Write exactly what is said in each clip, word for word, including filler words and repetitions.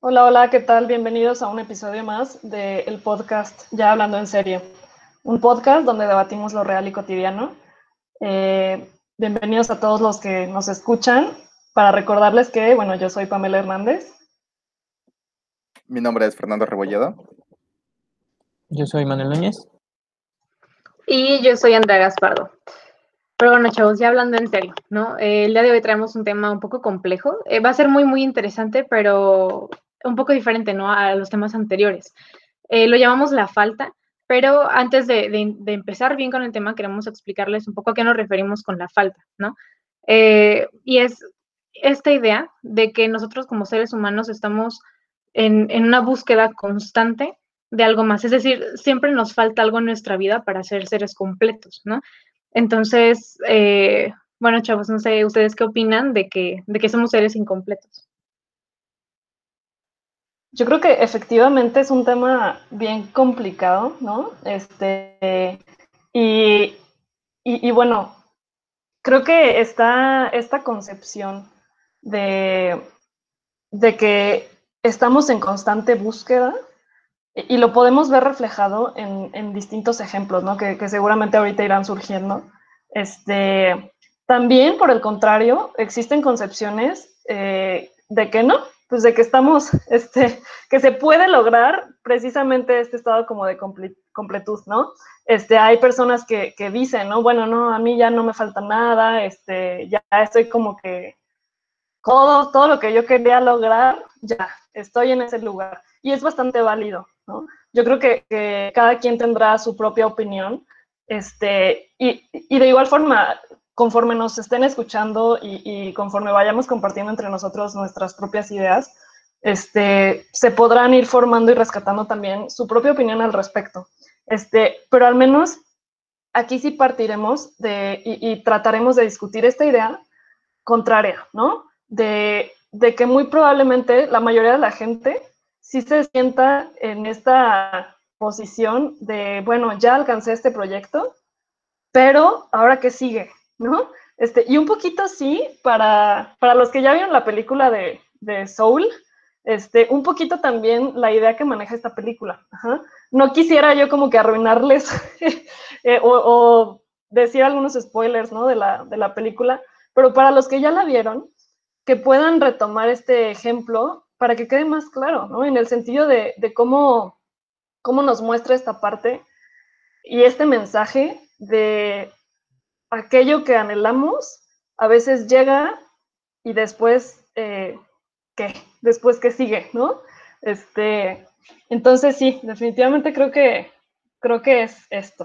Hola, hola, ¿qué tal? Bienvenidos a un episodio más del podcast Ya Hablando en Serio, un podcast donde debatimos lo real y cotidiano. Eh, bienvenidos a todos los que nos escuchan. Para recordarles que, bueno, yo soy Pamela Hernández. Mi nombre es Fernando Rebolledo. Yo soy Manuel Núñez. Y yo soy Andrea Gaspardo. Pero bueno, chavos, ya hablando en serio, ¿no? Eh, el día de hoy traemos un tema un poco complejo. Eh, va a ser muy, muy interesante, pero un poco diferente, ¿no? A los temas anteriores. Eh, lo llamamos la falta, pero antes de, de, de, empezar bien con el tema, queremos explicarles un poco a qué nos referimos con la falta, ¿no? Eh, y es esta idea de que nosotros como seres humanos estamos en, en una búsqueda constante de algo más. Es decir, siempre nos falta algo en nuestra vida para ser seres completos, ¿no? Entonces, eh, bueno, chavos, no sé, ¿ustedes qué opinan de que, de que somos seres incompletos? Yo creo que efectivamente es un tema bien complicado, ¿no? Este, y, y, y bueno, creo que está esta concepción de, de que estamos en constante búsqueda y lo podemos ver reflejado en, en distintos ejemplos, ¿no? Que, que, seguramente ahorita irán surgiendo. Este, también, por el contrario, existen concepciones eh, de que no, pues de que estamos, este, que se puede lograr precisamente este estado como de completud, ¿no? Este, hay personas que, que dicen, ¿no? Bueno, no, a mí ya no me falta nada, este, ya estoy como que todo, todo lo que yo quería lograr, ya, estoy en ese lugar. Y es bastante válido, ¿no? Yo creo que, que cada quien tendrá su propia opinión, este, y, y de igual forma, conforme nos estén escuchando y, y conforme vayamos compartiendo entre nosotros nuestras propias ideas, este, se podrán ir formando y rescatando también su propia opinión al respecto. Este, pero al menos aquí sí partiremos de, y, y trataremos de discutir esta idea contraria, ¿no? De, de que muy probablemente la mayoría de la gente sí se sienta en esta posición de, bueno, ya alcancé este proyecto, pero ahora qué sigue, ¿no? Este, y un poquito sí, para, para los que ya vieron la película de, de Soul, este, un poquito también la idea que maneja esta película. Ajá. No quisiera yo como que arruinarles eh, o, o, decir algunos spoilers, ¿no? De la, de la película, pero para los que ya la vieron, que puedan retomar este ejemplo para que quede más claro, ¿no? En el sentido de, de cómo, cómo nos muestra esta parte y este mensaje de aquello que anhelamos a veces llega y después, eh, ¿qué? Después, ¿qué sigue? ¿No? Este, entonces sí, definitivamente creo que, creo que es esto.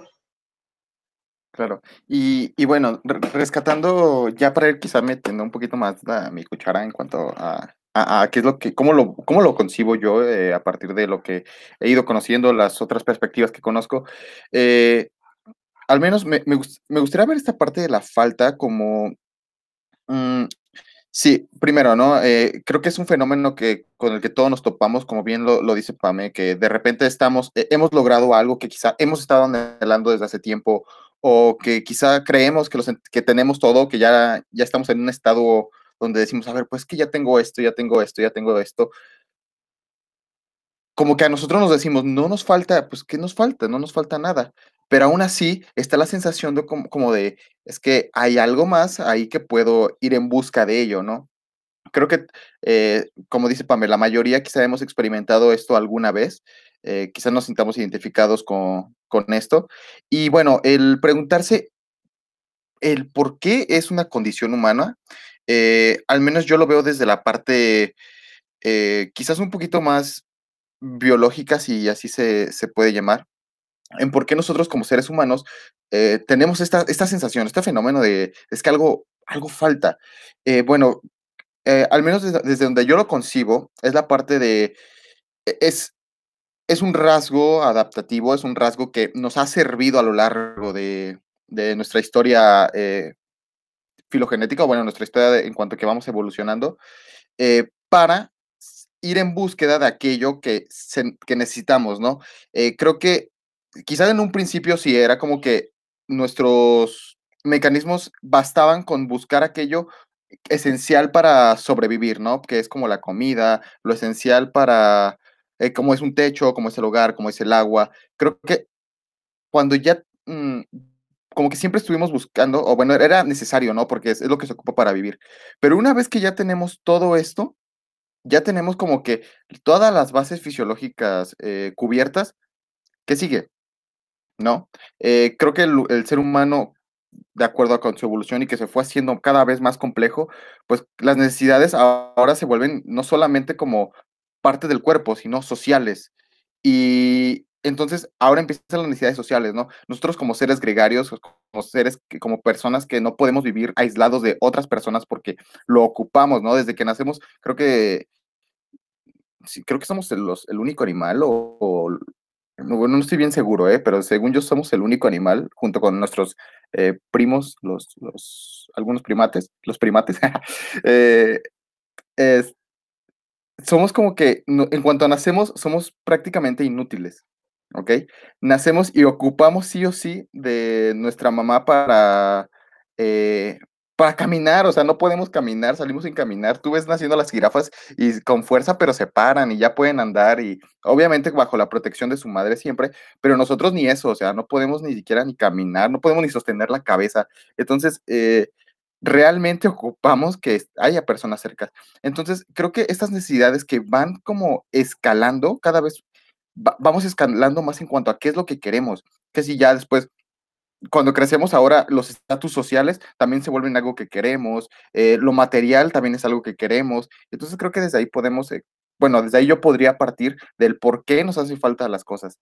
Claro. Y, y bueno, re- rescatando, ya para ir quizá metiendo un poquito más la- mi cuchara en cuanto a, a, a qué es lo que, cómo lo, cómo lo concibo yo eh, a partir de lo que he ido conociendo, las otras perspectivas que conozco. eh, Al menos me, me, gust- me gustaría ver esta parte de la falta como, mm, sí, primero, ¿no? Eh, creo que es un fenómeno que, con el que todos nos topamos, como bien lo, lo dice Pame, que de repente estamos, eh, hemos logrado algo que quizá hemos estado anhelando desde hace tiempo, o que quizá creemos que, los, que tenemos todo, que ya, ya estamos en un estado donde decimos, a ver, pues que ya tengo esto, ya tengo esto, ya tengo esto. Como que a nosotros nos decimos, no nos falta, pues ¿qué nos falta? No nos falta nada. Pero aún así está la sensación de como, como de, es que hay algo más ahí que puedo ir en busca de ello, ¿no? Creo que, eh, como dice Pamela, la mayoría quizá hemos experimentado esto alguna vez, eh, quizá nos sintamos identificados con, con esto. Y bueno, el preguntarse el por qué es una condición humana, eh, al menos yo lo veo desde la parte eh, quizás un poquito más biológica, si así se, se puede llamar, en por qué nosotros como seres humanos eh, tenemos esta, esta sensación, este fenómeno de es que algo, algo falta. Eh, bueno, eh, al menos desde, desde, donde yo lo concibo, es la parte de, e, es, es un rasgo adaptativo, es un rasgo que nos ha servido a lo largo de, de nuestra historia eh, filogenética, o bueno, nuestra historia de, en cuanto a que vamos evolucionando, eh, para ir en búsqueda de aquello que, se, que necesitamos, ¿no? Eh, creo que quizás en un principio sí era como que nuestros mecanismos bastaban con buscar aquello esencial para sobrevivir, ¿no? Que es como la comida, lo esencial para, eh, como es un techo, como es el hogar, como es el agua. Creo que cuando ya, mm, como que siempre estuvimos buscando, o bueno, era necesario, ¿no? Porque es, es lo que se ocupa para vivir. Pero una vez que ya tenemos todo esto, ya tenemos como que todas las bases fisiológicas eh, cubiertas, ¿qué sigue? ¿No? Eh, creo que el, el ser humano, de acuerdo con su evolución y que se fue haciendo cada vez más complejo, pues las necesidades ahora se vuelven no solamente como parte del cuerpo, sino sociales. Y entonces ahora empiezan las necesidades sociales, ¿no? Nosotros como seres gregarios, como seres, que, como personas que no podemos vivir aislados de otras personas porque lo ocupamos, ¿no? Desde que nacemos, creo que sí, creo que somos el, los- el único animal o, o- no, bueno, no estoy bien seguro, ¿eh? Pero según yo somos el único animal, junto con nuestros eh, primos, los, los, algunos primates, los primates, eh, es- somos como que, no- en cuanto nacemos, somos prácticamente inútiles, ¿ok? Nacemos y ocupamos sí o sí de nuestra mamá para, eh, para caminar, o sea, no podemos caminar, salimos sin caminar. Tú ves naciendo las jirafas y con fuerza, pero se paran y ya pueden andar y obviamente bajo la protección de su madre siempre, pero nosotros ni eso, o sea, no podemos ni siquiera ni caminar, no podemos ni sostener la cabeza. Entonces, eh, realmente ocupamos que haya personas cerca. Entonces, creo que estas necesidades que van como escalando, cada vez va- vamos escalando más en cuanto a qué es lo que queremos, que si ya después, cuando crecemos ahora, los estatus sociales también se vuelven algo que queremos, eh, lo material también es algo que queremos. Entonces, creo que desde ahí podemos, eh, bueno, desde ahí yo podría partir del por qué nos hace falta las cosas.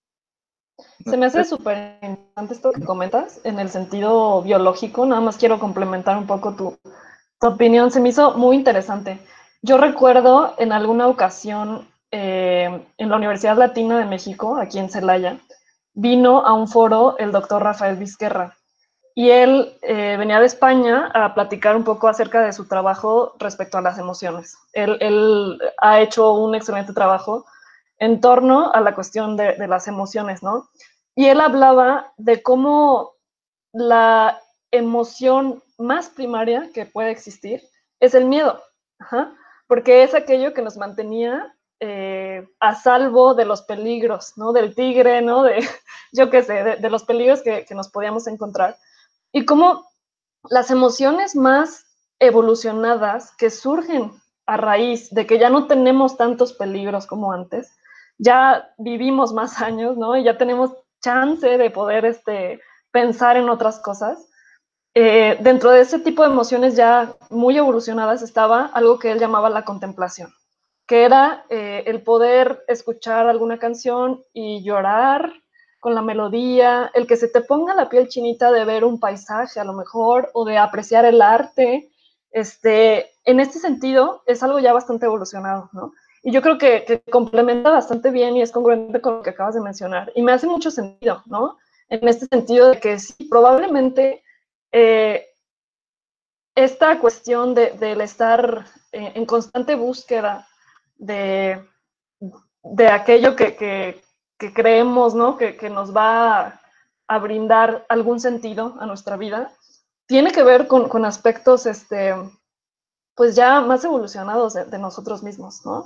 Se me hace súper interesante esto que comentas en el sentido biológico. Nada más quiero complementar un poco tu, tu opinión. Se me hizo muy interesante. Yo recuerdo en alguna ocasión eh, en la Universidad Latina de México, aquí en Celaya, vino a un foro el doctor Rafael Vizquerra y él eh, venía de España a platicar un poco acerca de su trabajo respecto a las emociones. Él, él ha hecho un excelente trabajo en torno a la cuestión de, de las emociones, ¿no? Y él hablaba de cómo la emoción más primaria que puede existir es el miedo, ajá, porque es aquello que nos mantenía eh, a salvo de los peligros, ¿no? Del tigre, ¿no? De, yo qué sé, de, de los peligros que, que nos podíamos encontrar. Y cómo las emociones más evolucionadas que surgen a raíz de que ya no tenemos tantos peligros como antes, ya vivimos más años, ¿no? Y ya tenemos chance de poder este, pensar en otras cosas. Eh, dentro de ese tipo de emociones ya muy evolucionadas estaba algo que él llamaba la contemplación, que era eh, el poder escuchar alguna canción y llorar con la melodía, el que se te ponga la piel chinita de ver un paisaje a lo mejor o de apreciar el arte. Este, en este sentido es algo ya bastante evolucionado, ¿no? Y yo creo que, que complementa bastante bien y es congruente con lo que acabas de mencionar. Y me hace mucho sentido, ¿no? En este sentido de que sí, probablemente eh, esta cuestión de, del estar eh, en constante búsqueda de, de aquello que, que, que creemos, ¿no? Que, que, nos va a, a, brindar algún sentido a nuestra vida, tiene que ver con, con aspectos, este, pues ya más evolucionados de, de nosotros mismos, ¿no?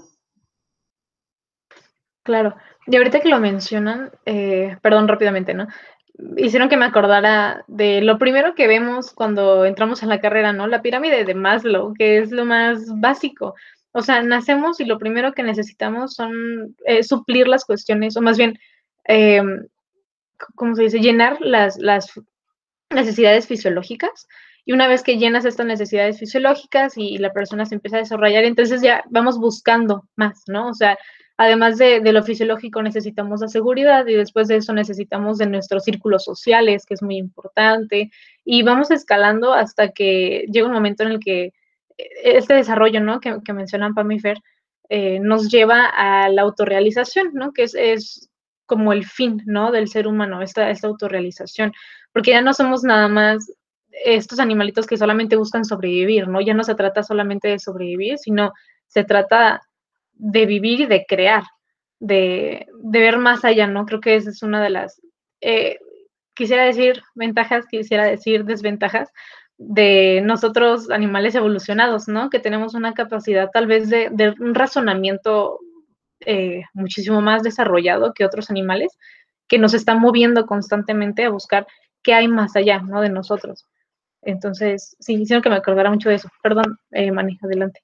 Claro. Y ahorita que lo mencionan, eh, perdón, rápidamente, ¿no? Hicieron que me acordara de lo primero que vemos cuando entramos en la carrera, ¿no? La pirámide de Maslow, que es lo más básico. O sea, nacemos y lo primero que necesitamos son eh, suplir las cuestiones, o más bien, eh, ¿cómo se dice? Llenar las, las necesidades fisiológicas. Y una vez que llenas estas necesidades fisiológicas y la persona se empieza a desarrollar, entonces ya vamos buscando más, ¿no? O sea, además de, de lo fisiológico necesitamos la seguridad y después de eso necesitamos de nuestros círculos sociales, que es muy importante, y vamos escalando hasta que llega un momento en el que este desarrollo, ¿no? Que, que mencionan Pam y Fer, eh, nos lleva a la autorrealización, ¿no? Que es, es como el fin, ¿no? Del ser humano, esta, esta autorrealización, porque ya no somos nada más estos animalitos que solamente buscan sobrevivir, ¿no? Ya no se trata solamente de sobrevivir, sino se trata de vivir y de crear, de, de ver más allá, ¿no? Creo que esa es una de las, eh, quisiera decir ventajas, quisiera decir desventajas, de nosotros animales evolucionados, ¿no? Que tenemos una capacidad tal vez de, de un razonamiento eh, muchísimo más desarrollado que otros animales, que nos están moviendo constantemente a buscar qué hay más allá, ¿no? De nosotros. Entonces, sí, hicieron que me acordara mucho de eso. Perdón, eh, Manny, adelante.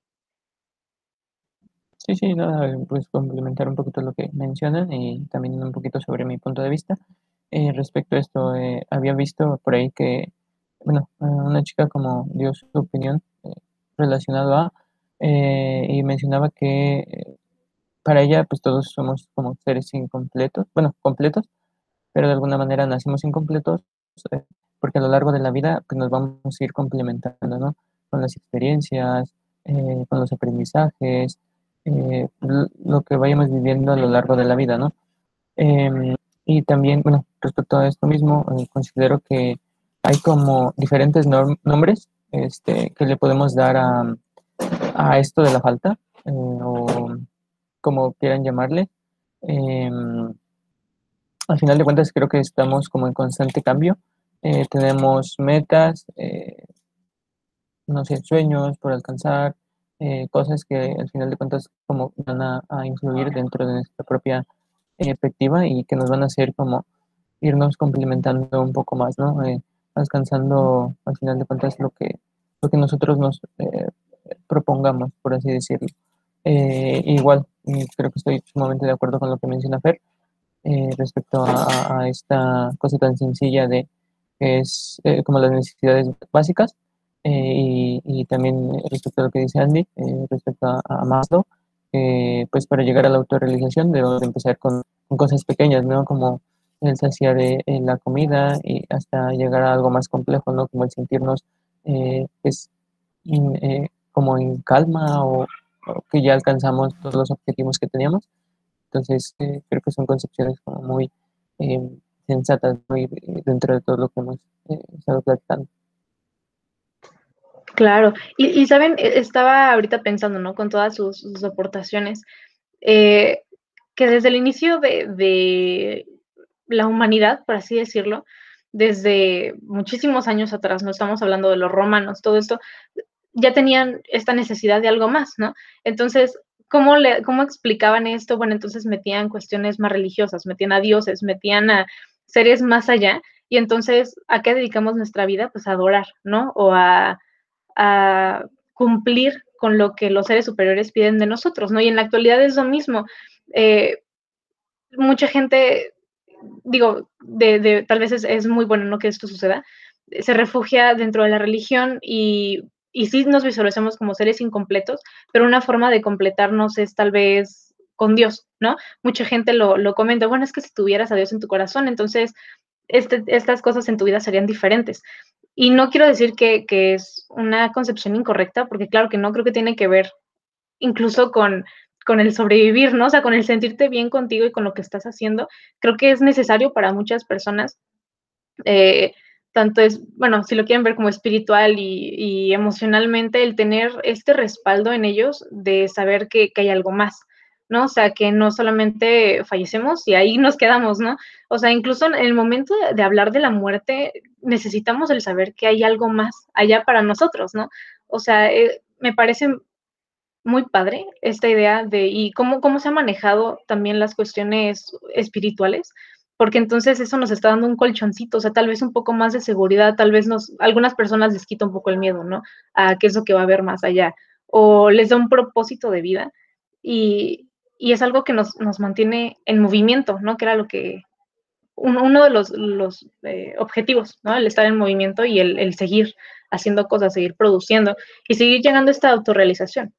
Sí, sí, nada, pues complementar un poquito lo que mencionan y también un poquito sobre mi punto de vista. Eh, respecto a esto, eh, había visto por ahí que, bueno, eh, una chica como dio su opinión eh, relacionado a, eh, y mencionaba que eh, para ella, pues todos somos como seres incompletos, bueno, completos, pero de alguna manera nacimos incompletos eh, porque a lo largo de la vida pues nos vamos a ir complementando, ¿no? Con las experiencias, eh, con los aprendizajes, eh, l- lo que vayamos viviendo a lo largo de la vida, ¿no? Em, y también, bueno, respecto a esto mismo, eh, considero que hay como diferentes norm- nombres este, que le podemos dar a, a esto de la falta, eh, o como quieran llamarle. Em, Al final de cuentas, creo que estamos como en constante cambio. Eh, tenemos metas, eh, no sé, sueños por alcanzar, eh, cosas que al final de cuentas como van a, a influir dentro de nuestra propia eh, perspectiva y que nos van a hacer como irnos complementando un poco más, ¿no? Eh, alcanzando al final de cuentas lo que, lo que nosotros nos eh, propongamos, por así decirlo. Eh, igual, y creo que estoy sumamente de acuerdo con lo que menciona Fer eh, respecto a, a- a esta cosa tan sencilla de que es eh, como las necesidades básicas eh, y, y también respecto a lo que dice Andy, eh, respecto a, a Maslow, eh, pues para llegar a la autorrealización debemos de empezar con, con cosas pequeñas, ¿no? Como el saciar eh, eh, la comida y hasta llegar a algo más complejo, ¿no? Como el sentirnos eh, pues, in- eh, como en calma o, o que ya alcanzamos todos los objetivos que teníamos. Entonces, eh, creo que son concepciones como muy eh, sensatas, muy eh, dentro de todo lo que hemos eh, estado platicando. Claro, y, y saben, E- estaba ahorita pensando, ¿no? Con todas sus, sus aportaciones, eh, que desde el inicio de, de la humanidad, por así decirlo, desde muchísimos años atrás, no estamos hablando de los romanos, todo esto, ya tenían esta necesidad de algo más, ¿no? Entonces, ¿cómo, le, cómo explicaban esto? Bueno, entonces metían cuestiones más religiosas, metían a dioses, metían a seres más allá, y entonces, ¿a qué dedicamos nuestra vida? Pues a adorar, ¿no? O a, a cumplir con lo que los seres superiores piden de nosotros, ¿no? Y en la actualidad es lo mismo. Eh, mucha gente, digo, de, de, tal vez es, es, muy bueno ¿no? que esto suceda, se refugia dentro de la religión y, y sí nos visualizamos como seres incompletos, pero una forma de completarnos es tal vez con Dios, ¿no? Mucha gente lo, lo comenta, bueno, es que si tuvieras a Dios en tu corazón, entonces este, estas cosas en tu vida serían diferentes. Y no quiero decir que, que es una concepción incorrecta, porque claro que no, creo que tiene que ver incluso con, con el sobrevivir, ¿no? O sea, con el sentirte bien contigo y con lo que estás haciendo. Creo que es necesario para muchas personas, eh, tanto es, bueno, si lo quieren ver como espiritual y, y emocionalmente, el tener este respaldo en ellos de saber que, que hay algo más, ¿no? O sea, que no solamente fallecemos y ahí nos quedamos, ¿no? O sea, incluso en el momento de, de hablar de la muerte, necesitamos el saber que hay algo más allá para nosotros, ¿no? O sea, eh, me parece muy padre esta idea de y cómo, cómo se han manejado también las cuestiones espirituales, porque entonces eso nos está dando un colchoncito, o sea, tal vez un poco más de seguridad, tal vez nos, algunas personas les quita un poco el miedo, ¿no? A qué es lo que va a haber más allá, o les da un propósito de vida y, y es algo que nos, nos mantiene en movimiento, ¿no? Que era lo que, un, uno de los, los eh, objetivos, ¿no? El estar en movimiento y el, el seguir haciendo cosas, seguir produciendo y seguir llegando a esta autorrealización.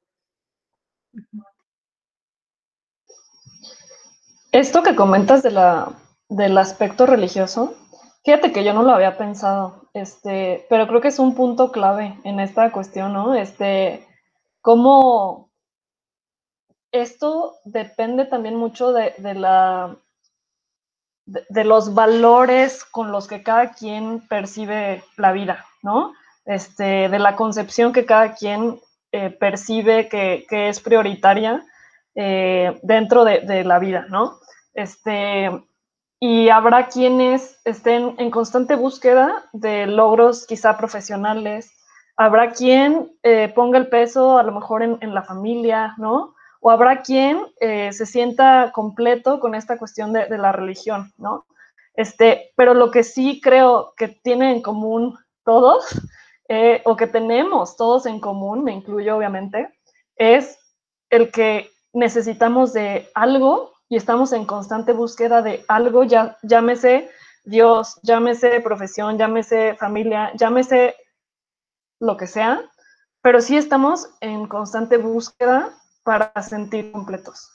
Esto que comentas de la, del aspecto religioso, fíjate que yo no lo había pensado, este, pero creo que es un punto clave en esta cuestión, ¿no? Este, cómo esto depende también mucho de, de la de, de, los valores con los que cada quien percibe la vida, ¿no? Este, de la concepción que cada quien eh, percibe que, que, es prioritaria eh, dentro de, de, la vida, ¿no? Este, y habrá quienes estén en constante búsqueda de logros quizá profesionales, habrá quien eh, ponga el peso a lo mejor en, en la familia, ¿no? O habrá quien eh, se sienta completo con esta cuestión de, de la religión, ¿no? Este, pero lo que sí creo que tienen en común todos, eh, o que tenemos todos en común, me incluyo obviamente, es el que necesitamos de algo y estamos en constante búsqueda de algo, ya, llámese Dios, llámese profesión, llámese familia, llámese lo que sea, pero sí estamos en constante búsqueda para sentir completos.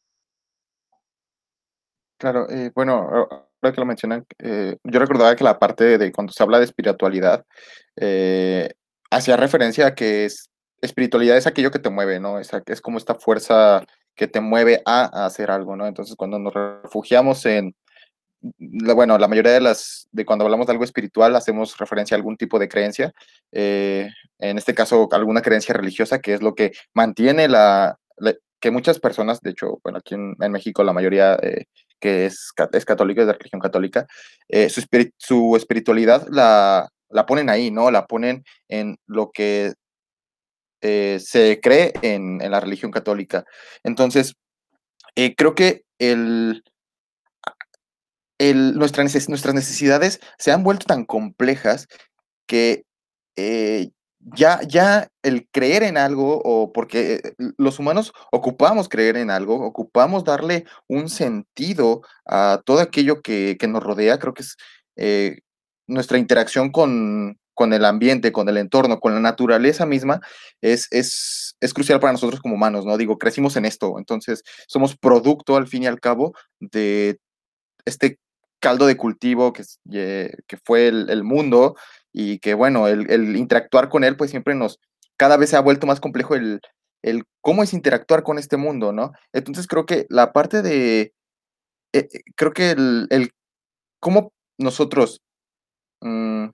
Claro, eh, bueno, ahora que lo mencionan, eh, yo recordaba que la parte de, de cuando se habla de espiritualidad, eh, hacía referencia a que es, espiritualidad es aquello que te mueve, ¿no? Es, es como esta fuerza que te mueve a, a hacer algo, ¿no? Entonces, cuando nos refugiamos en, la, bueno, la mayoría de las, de cuando hablamos de algo espiritual, hacemos referencia a algún tipo de creencia, eh, en este caso, alguna creencia religiosa, que es lo que mantiene la, la que muchas personas, de hecho, bueno, aquí en, en México la mayoría eh, que es, es católica, es de religión católica, eh, su, espirit, su espiritualidad la, la ponen ahí, ¿no? La ponen en lo que eh, se cree en, en la religión católica. Entonces, eh, creo que el el, nuestra neces nuestras necesidades se han vuelto tan complejas que eh, ya, ya el creer en algo, o porque eh, los humanos ocupamos creer en algo, ocupamos darle un sentido a todo aquello que, que nos rodea, creo que es eh, nuestra interacción con, con el ambiente, con el entorno, con la naturaleza misma, es, es, es crucial para nosotros como humanos, ¿no? Digo, crecimos en esto, entonces somos producto al fin y al cabo de este caldo de cultivo que, que fue el, el, mundo y que, bueno, el, el, interactuar con él, pues siempre nos, cada vez se ha vuelto más complejo el, el cómo es interactuar con este mundo, ¿no? Entonces creo que la parte de, eh, creo que el, el cómo nosotros mmm,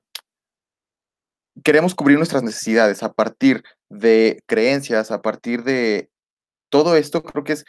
queremos cubrir nuestras necesidades a partir de creencias, a partir de todo esto, creo que es,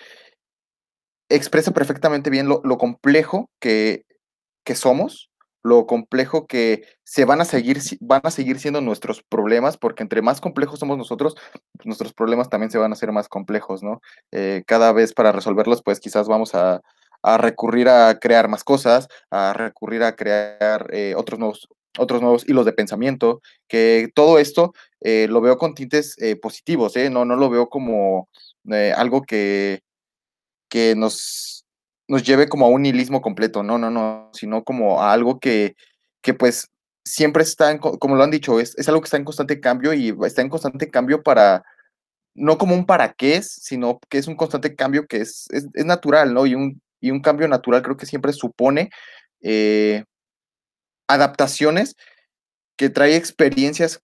expresa perfectamente bien lo, lo complejo que que somos, lo complejo que se van a seguir, van a seguir siendo nuestros problemas, porque entre más complejos somos nosotros, pues nuestros problemas también se van a hacer más complejos, ¿no? Eh, cada vez para resolverlos, pues quizás vamos a, a recurrir a crear más cosas, a recurrir a crear eh, otros, nuevos, otros nuevos hilos de pensamiento, que todo esto eh, lo veo con tintes eh, positivos, ¿eh? No, no lo veo como eh, algo que, que nos nos lleve como a un nihilismo completo, no, no, no, sino como a algo que, que pues siempre está, en, como lo han dicho, es, es algo que está en constante cambio y está en constante cambio para, no como un para qué es, sino que es un constante cambio que es, es, es natural, ¿no? Y un, y un cambio natural creo que siempre supone eh, adaptaciones que trae experiencias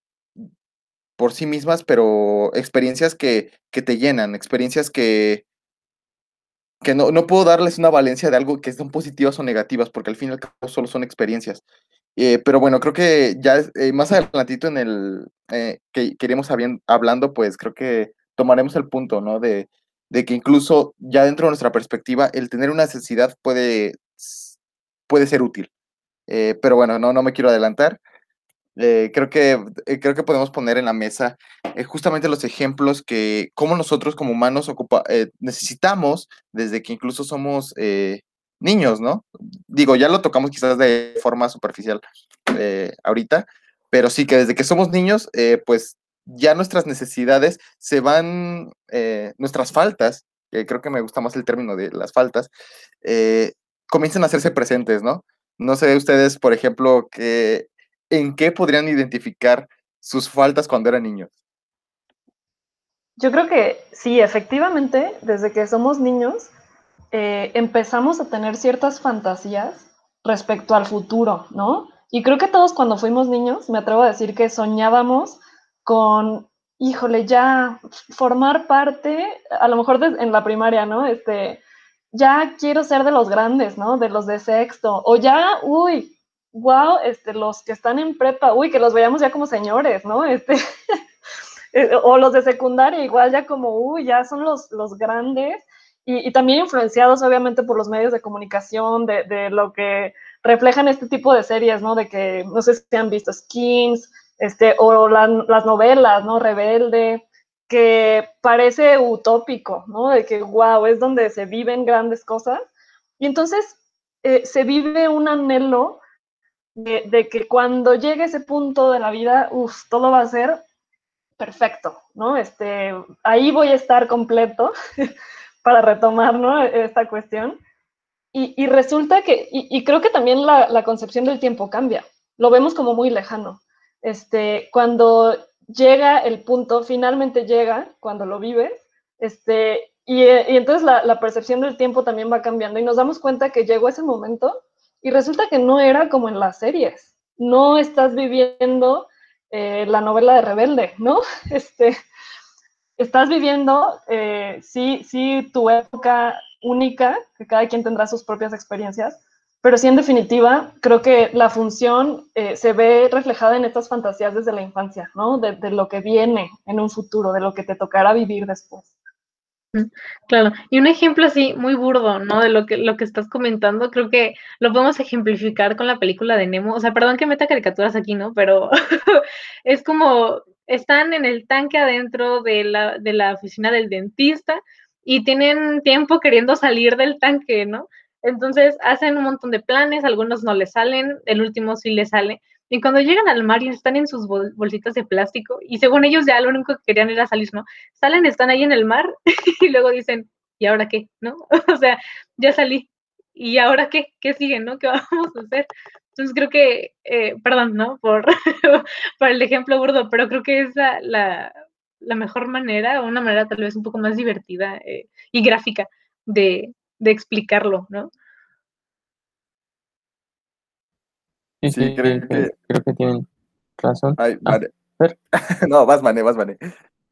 por sí mismas, pero experiencias que, que te llenan, experiencias que, que no, no puedo darles una valencia de algo que son positivas o negativas, porque al fin y al cabo solo son experiencias. Eh, pero bueno, creo que ya eh, más adelantito en el eh, que queremos hablando, pues creo que tomaremos el punto, ¿no? De, de que incluso ya dentro de nuestra perspectiva, el tener una necesidad puede, puede ser útil. Eh, pero bueno, no, no me quiero adelantar. Eh, creo, que, eh, creo que podemos poner en la mesa eh, justamente los ejemplos que, cómo nosotros como humanos ocupa, eh, necesitamos desde que incluso somos eh, niños, ¿no? Digo, ya lo tocamos quizás de forma superficial eh, ahorita, pero sí que desde que somos niños, eh, pues ya nuestras necesidades se van, eh, nuestras faltas, que creo que me gusta más el término de las faltas, eh, comienzan a hacerse presentes, ¿no? No sé ustedes, por ejemplo, que ¿en qué podrían identificar sus faltas cuando eran niños? Yo creo que sí, efectivamente, desde que somos niños, eh, empezamos a tener ciertas fantasías respecto al futuro, ¿no? Y creo que todos cuando fuimos niños, me atrevo a decir que soñábamos con, híjole, ya formar parte, a lo mejor de, en la primaria, ¿no? Este, ya quiero ser de los grandes, ¿no? De los de sexto, o ya, uy, wow, este, los que están en prepa, uy, que los veamos ya como señores, ¿no? Este, o los de secundaria, igual ya como, uy, ya son los, los grandes, y, y también influenciados obviamente por los medios de comunicación, de, de lo que reflejan este tipo de series, ¿no? De que, no sé si han visto Skins, este, o la, las novelas, ¿no? Rebelde, que parece utópico, ¿no? De que, wow, es donde se viven grandes cosas. Y entonces eh, se vive un anhelo de, de, que cuando llegue ese punto de la vida, uff, todo va a ser perfecto, ¿no? Este, ahí voy a estar completo para retomar, ¿no? Esta cuestión. Y, y resulta que, y, y, creo que también la, la concepción del tiempo cambia. Lo vemos como muy lejano. Este, cuando llega el punto, finalmente llega, cuando lo vives, este, y, y entonces la, la percepción del tiempo también va cambiando y nos damos cuenta que llegó ese momento y resulta que no era como en las series. No estás viviendo eh, la novela de Rebelde, ¿no? Este, estás viviendo, eh, sí, sí, tu época única, que cada quien tendrá sus propias experiencias, pero sí, en definitiva, creo que la función eh, se ve reflejada en estas fantasías desde la infancia, ¿no? De, de lo que viene en un futuro, de lo que te tocará vivir después. Claro, y un ejemplo así muy burdo, ¿no? De lo que, lo que estás comentando, creo que lo podemos ejemplificar con la película de Nemo. O sea, perdón que meta caricaturas aquí, ¿no? Pero es como están en el tanque adentro de la, de la oficina del dentista y tienen tiempo queriendo salir del tanque, ¿no? Entonces hacen un montón de planes, algunos no les salen, el último sí les sale. Y cuando llegan al mar y están en sus bol bolsitas de plástico, y según ellos ya lo único que querían era salir, ¿no? Salen, están ahí en el mar y luego dicen, ¿y ahora qué? ¿No? O sea, ya salí. ¿Y ahora qué? ¿Qué sigue? ¿No? ¿Qué vamos a hacer? Entonces creo que, eh, perdón, ¿no? Por, por el ejemplo burdo, pero creo que es la, la, la mejor manera, o una manera tal vez un poco más divertida eh, y gráfica de, de explicarlo, ¿no? Sí, Sí, sí, creo que, que... creo que tienen razón. Ay, Ah, vale. ver, No, vas, Vane, vas, Vane.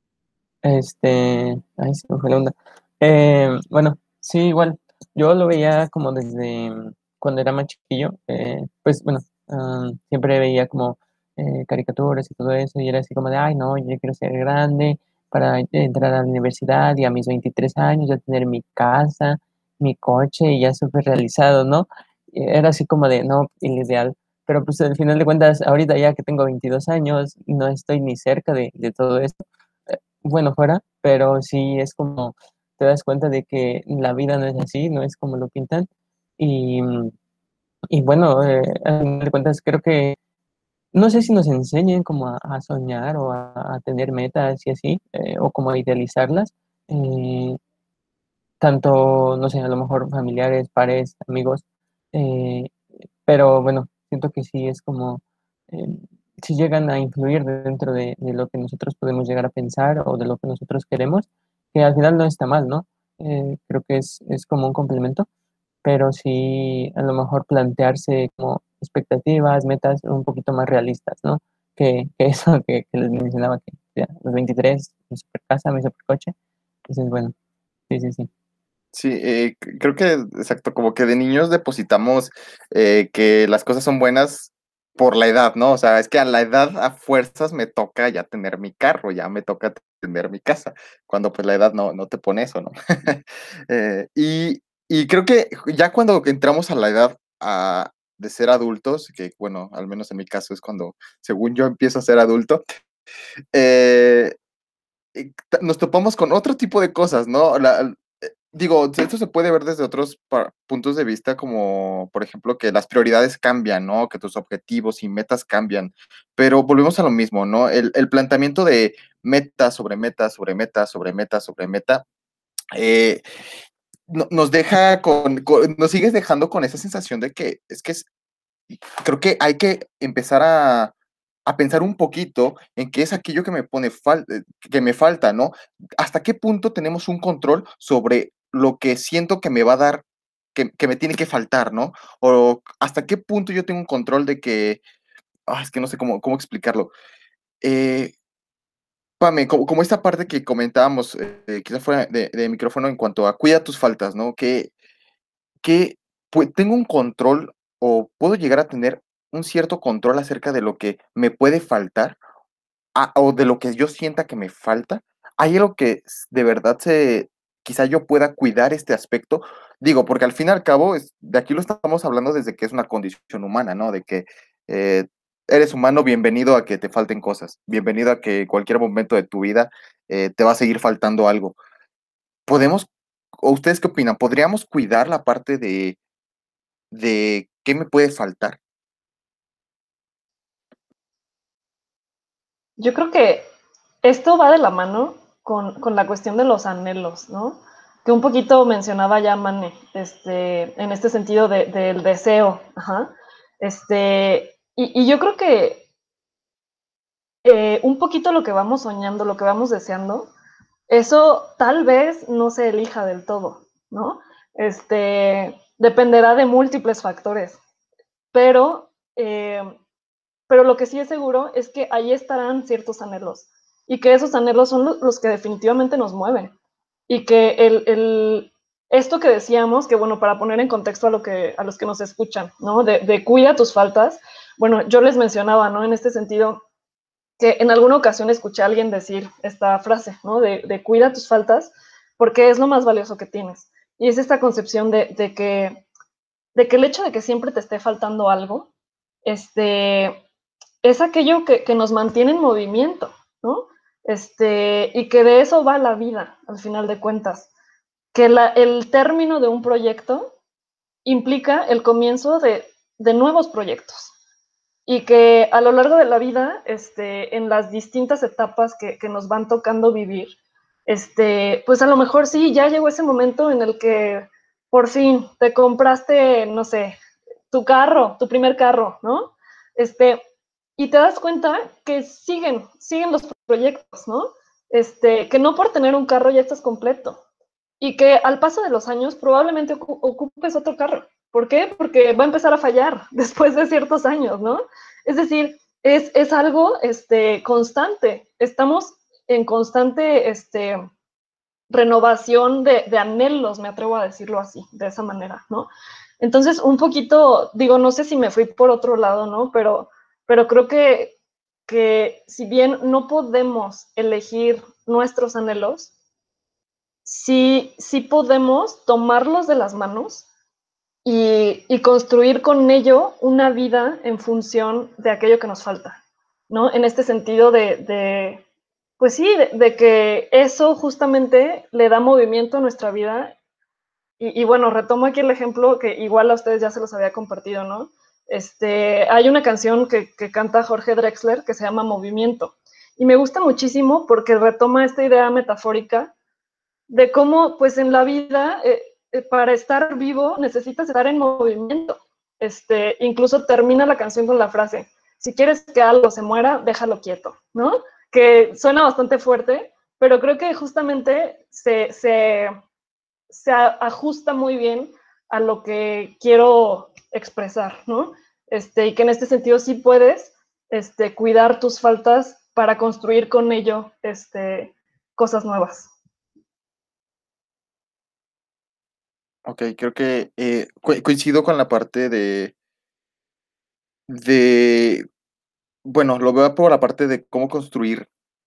este, ay, se me fue la onda. Eh, bueno, sí, igual, yo lo veía como desde mm, cuando era más chiquillo, eh, pues bueno, ah, siempre veía como eh, caricaturas y todo eso, y era así como de, ay, no, yo quiero ser grande para entrar a la universidad y a mis veintitrés años ya tener mi casa, mi coche y ya súper realizado, ¿no? Y era así como de, no, el ideal. Pero pues al final de cuentas, ahorita ya que tengo veintidós años, no estoy ni cerca de, de todo esto. Eh, Bueno, fuera, pero sí es como te das cuenta de que la vida no es así, no es como lo pintan. Y, y bueno, eh, al final de cuentas creo que no sé si nos enseñen como a, a soñar o a, a tener metas y así, eh, o como a idealizarlas. eh, Tanto, no sé, a lo mejor familiares, pares, amigos, eh, pero bueno, siento que sí es como, eh, si llegan a influir dentro de, de lo que nosotros podemos llegar a pensar o de lo que nosotros queremos, que al final no está mal, ¿no? Eh, creo que es, es como un complemento, pero sí a lo mejor plantearse como expectativas, metas un poquito más realistas, ¿no? Que, que eso que, que les mencionaba, que ya, los veintitrés, mi super casa, mi super coche, entonces bueno, sí, sí, sí. Sí, eh, c- creo que, exacto, como que de niños depositamos eh, que las cosas son buenas por la edad, ¿no? O sea, es que a la edad a fuerzas me toca ya tener mi carro, ya me toca tener mi casa, cuando pues la edad no, no te pone eso, ¿no? Eh, y, y creo que ya cuando entramos a la edad a- de ser adultos, que bueno, al menos en mi caso es cuando, según yo, empiezo a ser adulto, eh, eh, ta- nos topamos con otro tipo de cosas, ¿no? La- eh, digo, esto se puede ver desde otros pa- puntos de vista, como por ejemplo que las prioridades cambian, ¿no? Que tus objetivos y metas cambian, pero volvemos a lo mismo, ¿no? El, el planteamiento de meta sobre meta, sobre meta, sobre meta, sobre meta, eh, no- nos deja con, con- nos sigues dejando con esa sensación de que es que es creo que hay que empezar a, a pensar un poquito en qué es aquello que me pone fal- eh, que me falta, ¿no? ¿Hasta qué punto tenemos un control sobre lo que siento que me va a dar, que, que me tiene que faltar, ¿no? O hasta qué punto yo tengo un control de que, ah, es que no sé cómo, cómo explicarlo. Eh, Pame, como, como esta parte que comentábamos, eh, quizá fuera de, de micrófono en cuanto a cuida tus faltas, ¿no? Que que pue tengo un control o puedo llegar a tener un cierto control acerca de lo que me puede faltar, ah, o de lo que yo sienta que me falta. ¿Hay algo que s de verdad se quizá yo pueda cuidar este aspecto. Digo, porque al fin y al cabo, es, de aquí lo estamos hablando desde que es una condición humana, ¿no? De que eh, eres humano, bienvenido a que te falten cosas, bienvenido a que en cualquier momento de tu vida eh, te va a seguir faltando algo. ¿Podemos, o ustedes qué opinan? ¿Podríamos cuidar la parte de, de qué me puede faltar? Yo creo que esto va de la mano con, con la cuestión de los anhelos, ¿no? Que un poquito mencionaba ya Mane, este, en este sentido de, del deseo. Ajá. Este, y, y yo creo que eh, un poquito lo que vamos soñando, lo que vamos deseando, eso tal vez no se elija del todo, ¿no? Este, dependerá de múltiples factores, pero, eh, pero lo que sí es seguro es que ahí estarán ciertos anhelos y que esos anhelos son los que definitivamente nos mueven y que el, el, esto que decíamos, que bueno, para poner en contexto a, lo que, a los que nos escuchan, ¿no? De, de cuida tus faltas, bueno, yo les mencionaba, ¿no? En este sentido, que en alguna ocasión escuché a alguien decir esta frase, ¿no? De, de cuida tus faltas porque es lo más valioso que tienes. Y es esta concepción de, de, que, de que el hecho de que siempre te esté faltando algo, este, es aquello que, que nos mantiene en movimiento, ¿no? Este, y que de eso va la vida, al final de cuentas. Que la, el término de un proyecto implica el comienzo de, de nuevos proyectos y que a lo largo de la vida, este, en las distintas etapas que, que nos van tocando vivir, este, pues a lo mejor sí, ya llegó ese momento en el que por fin te compraste, no sé, tu carro, tu primer carro, ¿no? Este, y te das cuenta que siguen, siguen los proyectos, ¿no? Este, que no por tener un carro ya estás completo y que al paso de los años probablemente ocupes otro carro. ¿Por qué? Porque va a empezar a fallar después de ciertos años, ¿no? Es decir, es, es algo este, constante. Estamos en constante este, renovación de, de anhelos, me atrevo a decirlo así, de esa manera, ¿no? Entonces, un poquito, digo, no sé si me fui por otro lado, ¿no? Pero, pero creo que, que si bien no podemos elegir nuestros anhelos, sí, sí podemos tomarlos de las manos y, y, construir con ello una vida en función de aquello que nos falta, ¿no? En este sentido de, de pues sí, de, de, que eso justamente le da movimiento a nuestra vida. Y, y, bueno, retomo aquí el ejemplo que igual a ustedes ya se los había compartido, ¿no? Este, hay una canción que, que canta Jorge Drexler que se llama Movimiento. Y me gusta muchísimo porque retoma esta idea metafórica de cómo, pues en la vida, eh, eh, para estar vivo necesitas estar en movimiento. Este, incluso termina la canción con la frase, si quieres que algo se muera, déjalo quieto, ¿no? Que suena bastante fuerte, pero creo que justamente se, se, se ajusta muy bien a lo que quiero expresar, ¿no? Este, y que en este sentido sí puedes este, cuidar tus faltas para construir con ello este, cosas nuevas. Ok, creo que eh, co coincido con la parte de, de, bueno, lo veo por la parte de cómo construir.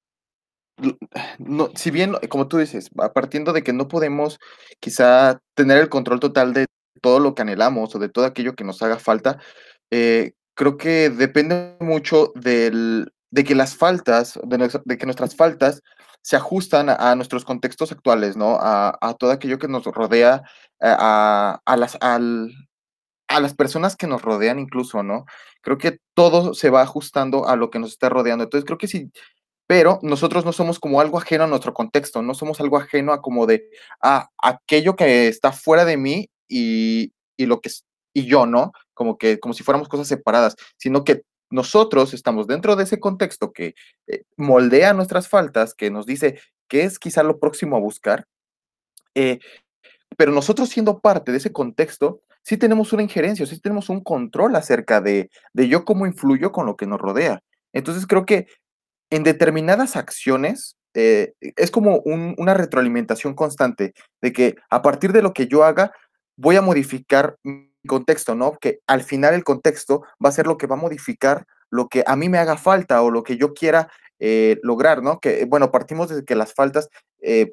No, si bien, como tú dices, va partiendo de que no podemos quizá tener el control total de todo lo que anhelamos o de todo aquello que nos haga falta, eh, creo que depende mucho del, de que las faltas, de, nuestra, de que nuestras faltas se ajustan a, a nuestros contextos actuales, ¿no? A, a todo aquello que nos rodea, a, a, las, al, a las personas que nos rodean incluso, ¿no? Creo que todo se va ajustando a lo que nos está rodeando. Entonces, creo que sí, pero nosotros no somos como algo ajeno a nuestro contexto, no somos algo ajeno a como de a aquello que está fuera de mí y, y lo que es, y yo, ¿no? Como que como si fuéramos cosas separadas, sino que nosotros estamos dentro de ese contexto que eh, moldea nuestras faltas, que nos dice qué es quizá lo próximo a buscar, eh, pero nosotros siendo parte de ese contexto, sí tenemos una injerencia, sí tenemos un control acerca de, de yo cómo influyo con lo que nos rodea. Entonces creo que en determinadas acciones, eh, es como un, una retroalimentación constante de que a partir de lo que yo haga, voy a modificar mi contexto, ¿no? Que al final el contexto va a ser lo que va a modificar lo que a mí me haga falta o lo que yo quiera eh, lograr, ¿no? Que, bueno, partimos desde que las faltas, eh,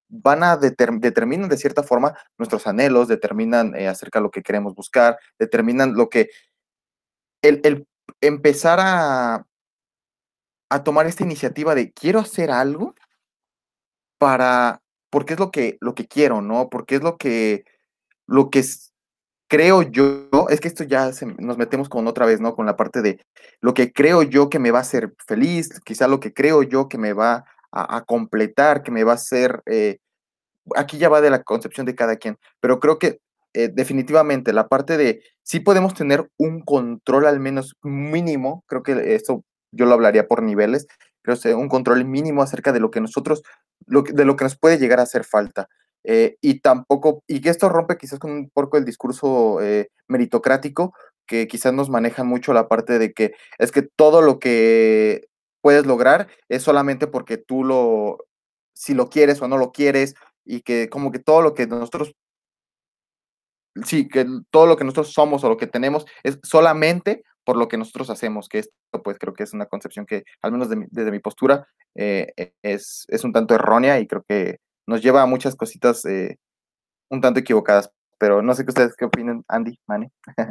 van a deter, determinan de cierta forma nuestros anhelos, determinan eh, acerca de lo que queremos buscar, determinan lo que, el, el empezar a, a tomar esta iniciativa de quiero hacer algo para, porque es lo que, lo que quiero, ¿no? Porque es lo que, lo que es, creo yo, es que esto ya se, nos metemos con otra vez, ¿no? Con la parte de lo que creo yo que me va a hacer feliz, quizá lo que creo yo que me va a, a completar, que me va a hacer, eh, aquí ya va de la concepción de cada quien, pero creo que eh, definitivamente la parte de sí podemos tener un control al menos mínimo, creo que eso yo lo hablaría por niveles, creo que un control mínimo acerca de lo que nosotros, lo, de lo que nos puede llegar a hacer falta. Eh, y tampoco, y que esto rompe quizás con un poco el discurso eh, meritocrático, que quizás nos maneja mucho la parte de que es que todo lo que puedes lograr es solamente porque tú lo, si lo quieres o no lo quieres, y que como que todo lo que nosotros, sí, que todo lo que nosotros somos o lo que tenemos es solamente por lo que nosotros hacemos, que esto pues creo que es una concepción que, al menos de mi, desde mi postura, eh, es, es un tanto errónea y creo que nos lleva a muchas cositas eh, un tanto equivocadas, pero no sé qué ustedes qué opinan, Andy, Manny.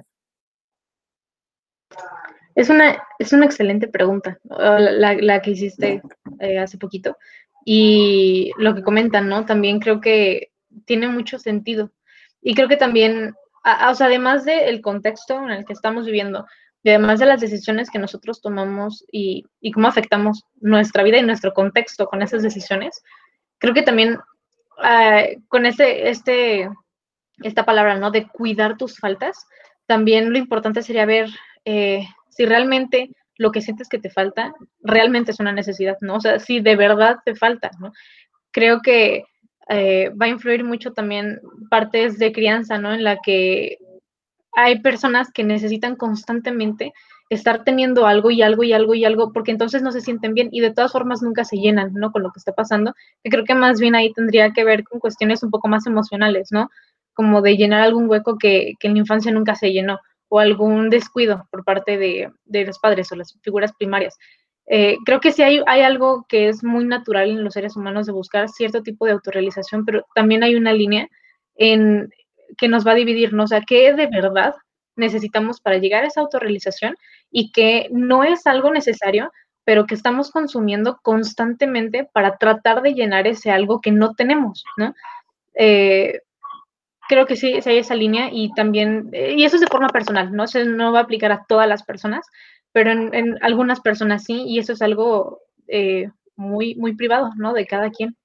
Es una, es una excelente pregunta, la, la que hiciste eh, hace poquito. Y lo que comentan, ¿no? También creo que tiene mucho sentido. Y creo que también, a, a, o sea, además del contexto en el que estamos viviendo, y además de las decisiones que nosotros tomamos y, y cómo afectamos nuestra vida y nuestro contexto con esas decisiones, creo que también uh, con este, este, esta palabra, ¿no? De cuidar tus faltas, también lo importante sería ver eh, si realmente lo que sientes que te falta realmente es una necesidad, ¿no? O sea, si de verdad te falta, ¿no? Creo que eh, va a influir mucho también partes de crianza, ¿no? En la que hay personas que necesitan constantemente estar teniendo algo y algo y algo y algo, porque entonces no se sienten bien y de todas formas nunca se llenan, ¿no? Con lo que está pasando. Y creo que más bien ahí tendría que ver con cuestiones un poco más emocionales, ¿no? Como de llenar algún hueco que, que en la infancia nunca se llenó o algún descuido por parte de, de los padres o las figuras primarias. Eh, creo que sí hay, hay algo que es muy natural en los seres humanos de buscar cierto tipo de autorrealización, pero también hay una línea en, que nos va a dividir, ¿no? O sea, qué de verdad necesitamos para llegar a esa autorrealización y que no es algo necesario, pero que estamos consumiendo constantemente para tratar de llenar ese algo que no tenemos, ¿no? Eh, creo que sí, sí hay esa línea y también, eh, y eso es de forma personal, ¿no? O sea, no va a aplicar a todas las personas, pero en, en algunas personas sí, y eso es algo eh, muy, muy privado, ¿no? De cada quien.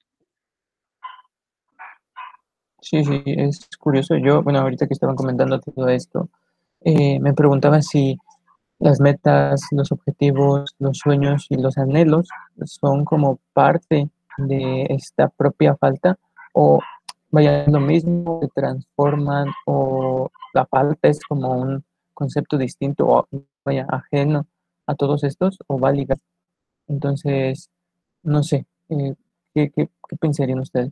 Sí, sí, es curioso. Yo, bueno, ahorita que estaban comentando todo esto, eh, me preguntaba si las metas, los objetivos, los sueños y los anhelos son como parte de esta propia falta o vaya lo mismo, se transforman o la falta es como un concepto distinto o vaya ajeno a todos estos o va ligado. Entonces, no sé, eh, ¿qué, qué, qué pensarían ustedes?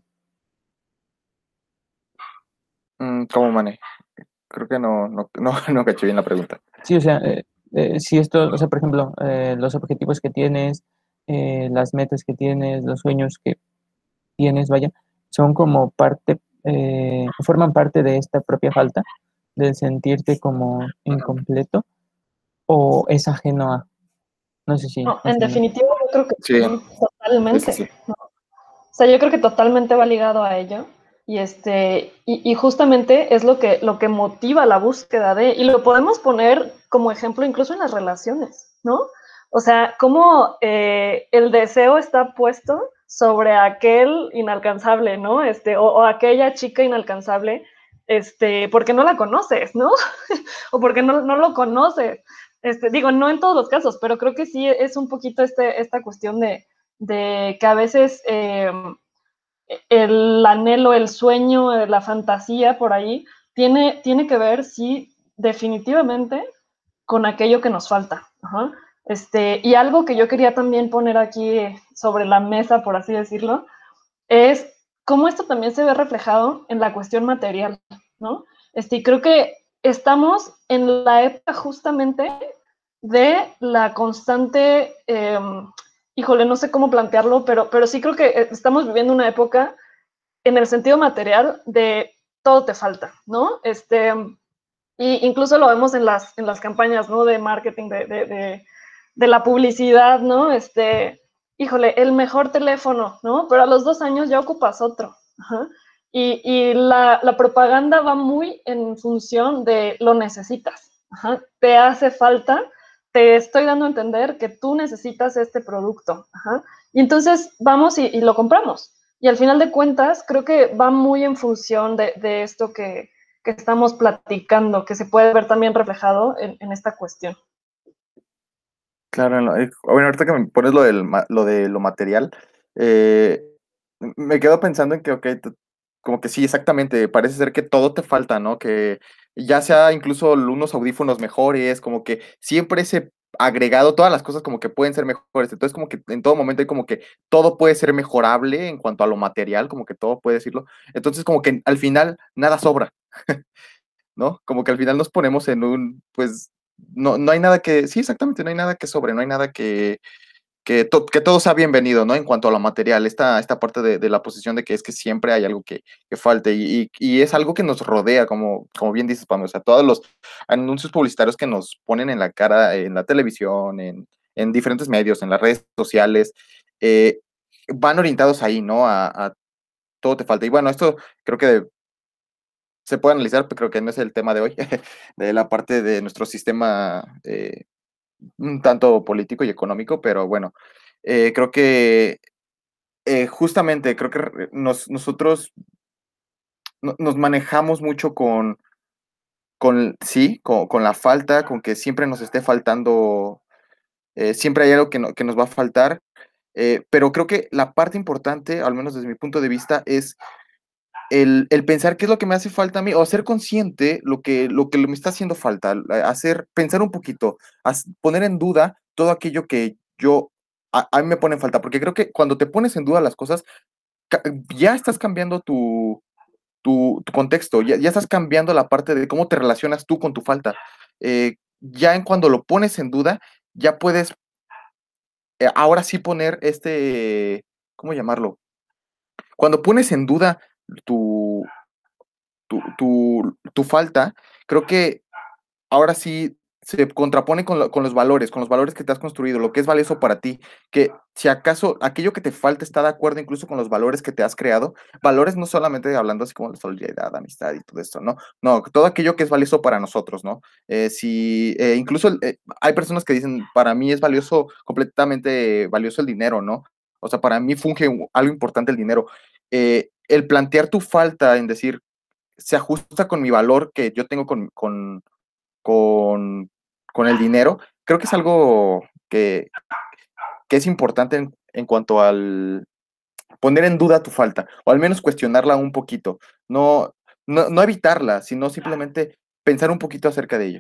Mm, ¿Cómo, Manny? Creo que no, no, no, no caché bien la pregunta. Sí, o sea, eh, eh, si esto, o sea, por ejemplo, eh, los objetivos que tienes, eh, las metas que tienes, los sueños que tienes, vaya, son como parte, eh, forman parte de esta propia falta, del sentirte como incompleto o es ajeno a, no sé si No, más en o menos. definitiva, yo creo que Sí, sí, totalmente. sí, sí. ¿no? O sea, yo creo que totalmente va ligado a ello. Y este, y, y justamente es lo que, lo que motiva la búsqueda de, y lo podemos poner como ejemplo incluso en las relaciones, ¿no? O sea, cómo eh, el deseo está puesto sobre aquel inalcanzable, ¿no? Este, o, o aquella chica inalcanzable, este, porque no la conoces, ¿no? o porque no, no lo conoces. Este, digo, no en todos los casos, pero creo que sí es un poquito este, esta cuestión de, de que a veces eh, el anhelo, el sueño, la fantasía por ahí, tiene, tiene que ver, sí, definitivamente con aquello que nos falta. Ajá. Este, y algo que yo quería también poner aquí sobre la mesa, por así decirlo, es cómo esto también se ve reflejado en la cuestión material, ¿no? Este, creo que estamos en la época justamente de la constante, eh, híjole, no sé cómo plantearlo, pero, pero sí creo que estamos viviendo una época en el sentido material de todo te falta, ¿no? Este, y incluso lo vemos en las, en las campañas, ¿no? De marketing, de, de, de, de la publicidad, ¿no? Este, híjole, el mejor teléfono, ¿no? Pero a los dos años ya ocupas otro. Ajá. Y, y la, la, propaganda va muy en función de lo necesitas. Ajá. Te hace falta, te estoy dando a entender que tú necesitas este producto. Ajá. Y entonces vamos y, y lo compramos. Y al final de cuentas, creo que va muy en función de, de esto que, que estamos platicando, que se puede ver también reflejado en, en esta cuestión. Claro, no, eh, bueno, ahorita que me pones lo, del, lo de lo material, eh, me quedo pensando en que, ok, como que sí, exactamente, parece ser que todo te falta, ¿no? Que ya sea incluso unos audífonos mejores, como que siempre ese agregado, todas las cosas como que pueden ser mejores, entonces como que en todo momento hay como que todo puede ser mejorable en cuanto a lo material, como que todo puede decirlo, entonces como que al final nada sobra, ¿no? Como que al final nos ponemos en un, pues, no, no hay nada que, sí, exactamente, no hay nada que sobre, no hay nada que, que, to, que todo sea bienvenido, ¿no? En cuanto a lo material, esta, esta parte de, de la posición de que es que siempre hay algo que, que falte y, y, y es algo que nos rodea, como, como bien dices, Pam, o sea, todos los anuncios publicitarios que nos ponen en la cara, en la televisión, en, en diferentes medios, en las redes sociales, eh, van orientados ahí, ¿no? A, a todo te falta. Y bueno, esto creo que de, se puede analizar, pero creo que no es el tema de hoy, de la parte de nuestro sistema eh, un tanto político y económico, pero bueno, eh, creo que eh, justamente, creo que nos, nosotros no, nos manejamos mucho con, con sí, con, con, la falta, con que siempre nos esté faltando, eh, siempre hay algo que, no, que nos va a faltar, eh, pero creo que la parte importante, al menos desde mi punto de vista, es El, el, pensar qué es lo que me hace falta a mí, o ser consciente lo que, lo que me está haciendo falta, hacer, pensar un poquito, poner en duda todo aquello que yo, a, a mí me pone en falta, porque creo que cuando te pones en duda las cosas, ya estás cambiando tu, tu, tu contexto, ya, ya estás cambiando la parte de cómo te relacionas tú con tu falta. Eh, ya en cuando lo pones en duda, ya puedes, eh, ahora sí poner este, ¿cómo llamarlo? Cuando pones en duda tu, tu, tu, tu falta, creo que ahora sí se contrapone con, lo, con los valores, con los valores que te has construido, lo que es valioso para ti, que si acaso aquello que te falta está de acuerdo incluso con los valores que te has creado, valores no solamente hablando así como de solidaridad, amistad y todo esto, ¿no? No, todo aquello que es valioso para nosotros, ¿no? Eh, si eh, incluso eh, hay personas que dicen, para mí es valioso, completamente valioso el dinero, ¿no? O sea, para mí funge algo importante el dinero. Eh, el plantear tu falta en decir, se ajusta con mi valor que yo tengo con, con, con, con el dinero, creo que es algo que, que es importante en, en cuanto al poner en duda tu falta, o al menos cuestionarla un poquito, no, no, no evitarla, sino simplemente pensar un poquito acerca de ello.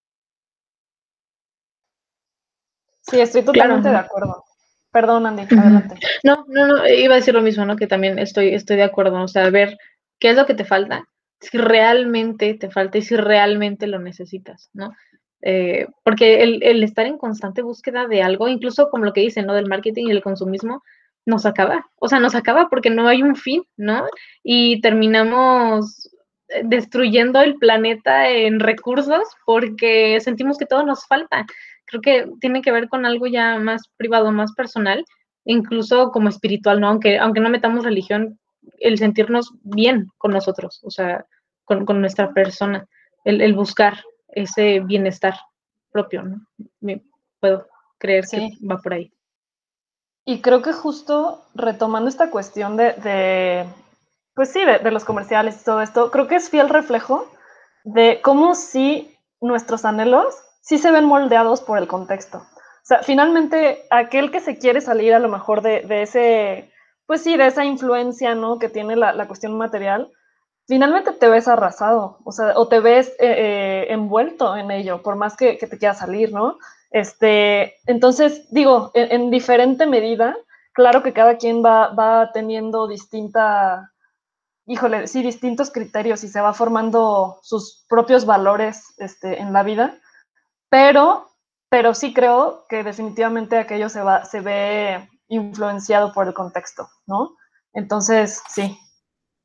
Sí, estoy totalmente claro, de acuerdo. Perdón, Andy, uh-huh. Adelante. No, no, no, iba a decir lo mismo, ¿no? Que también estoy, estoy de acuerdo, o sea, ver qué es lo que te falta, si realmente te falta y si realmente lo necesitas, ¿no? Eh, porque el, el estar en constante búsqueda de algo, incluso como lo que dicen, ¿no? Del marketing y el consumismo, nos acaba, o sea, nos acaba porque no hay un fin, ¿no? Y terminamos destruyendo el planeta en recursos porque sentimos que todo nos falta. Creo que tiene que ver con algo ya más privado, más personal, incluso como espiritual, ¿no? Aunque, aunque no metamos religión, el sentirnos bien con nosotros, o sea, con, con nuestra persona, el, el buscar ese bienestar propio, ¿no? Me puedo creer sí. que va por ahí. Y creo que justo retomando esta cuestión de, de pues sí, de, de los comerciales y todo esto, creo que es fiel reflejo de cómo sí nuestros anhelos sí se ven moldeados por el contexto. O sea, finalmente, aquel que se quiere salir a lo mejor de, de ese, pues sí, de esa influencia, ¿no? Que tiene la, la cuestión material, finalmente te ves arrasado, o sea, o te ves eh, eh, envuelto en ello, por más que, que te quieras salir, ¿no? Este, entonces, digo, en, en diferente medida, claro que cada quien va, va teniendo distinta, híjole, sí, distintos criterios y se va formando sus propios valores este, en la vida, pero, pero sí creo que definitivamente aquello se, va, se ve influenciado por el contexto, ¿no? Entonces, sí.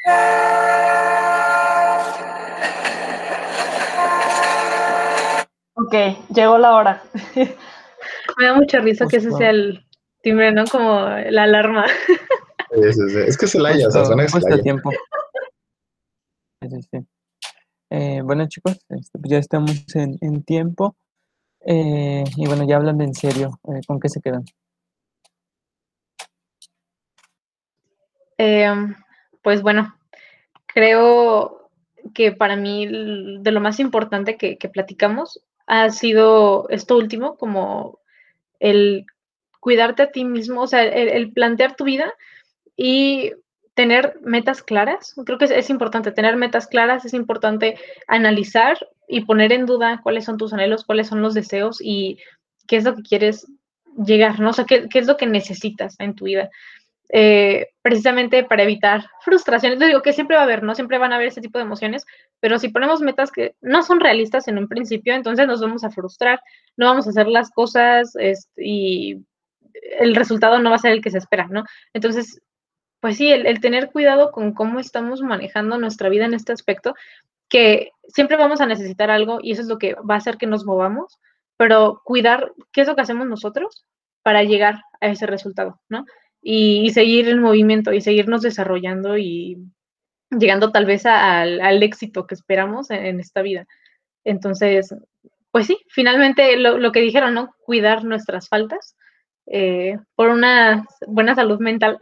Ok, llegó la hora. Me da mucha risa que ese Justo. sea el timbre, ¿no? Como la alarma. Es, es, es que Celaya, o sea, Justo, suena justo a Celaya. tiempo. Sí, sí, sí. Eh, bueno, chicos, este, pues ya estamos en, en tiempo. Eh, y bueno, ya hablando en serio, eh, ¿con qué se quedan? Eh, pues bueno, creo que para mí l- de lo más importante que, que platicamos ha sido esto último, como el cuidarte a ti mismo, o sea, el, el plantear tu vida y tener metas claras. Creo que es, es importante tener metas claras, es importante analizar y poner en duda cuáles son tus anhelos, cuáles son los deseos y qué es lo que quieres llegar, ¿no? O sea, qué, qué es lo que necesitas en tu vida. Eh, precisamente para evitar frustraciones. Te digo que siempre va a haber, ¿no? Siempre van a haber ese tipo de emociones, pero si ponemos metas que no son realistas en un principio, entonces nos vamos a frustrar, no vamos a hacer las cosas este, y el resultado no va a ser el que se espera, ¿no? Entonces, pues sí, el, el tener cuidado con cómo estamos manejando nuestra vida en este aspecto, que siempre vamos a necesitar algo y eso es lo que va a hacer que nos movamos, pero cuidar qué es lo que hacemos nosotros para llegar a ese resultado, ¿no? Y, y seguir en movimiento y seguirnos desarrollando y llegando tal vez a, al, al éxito que esperamos en, en esta vida. Entonces, pues sí, finalmente lo, lo que dijeron, ¿no? Cuidar nuestras faltas eh, por una buena salud mental.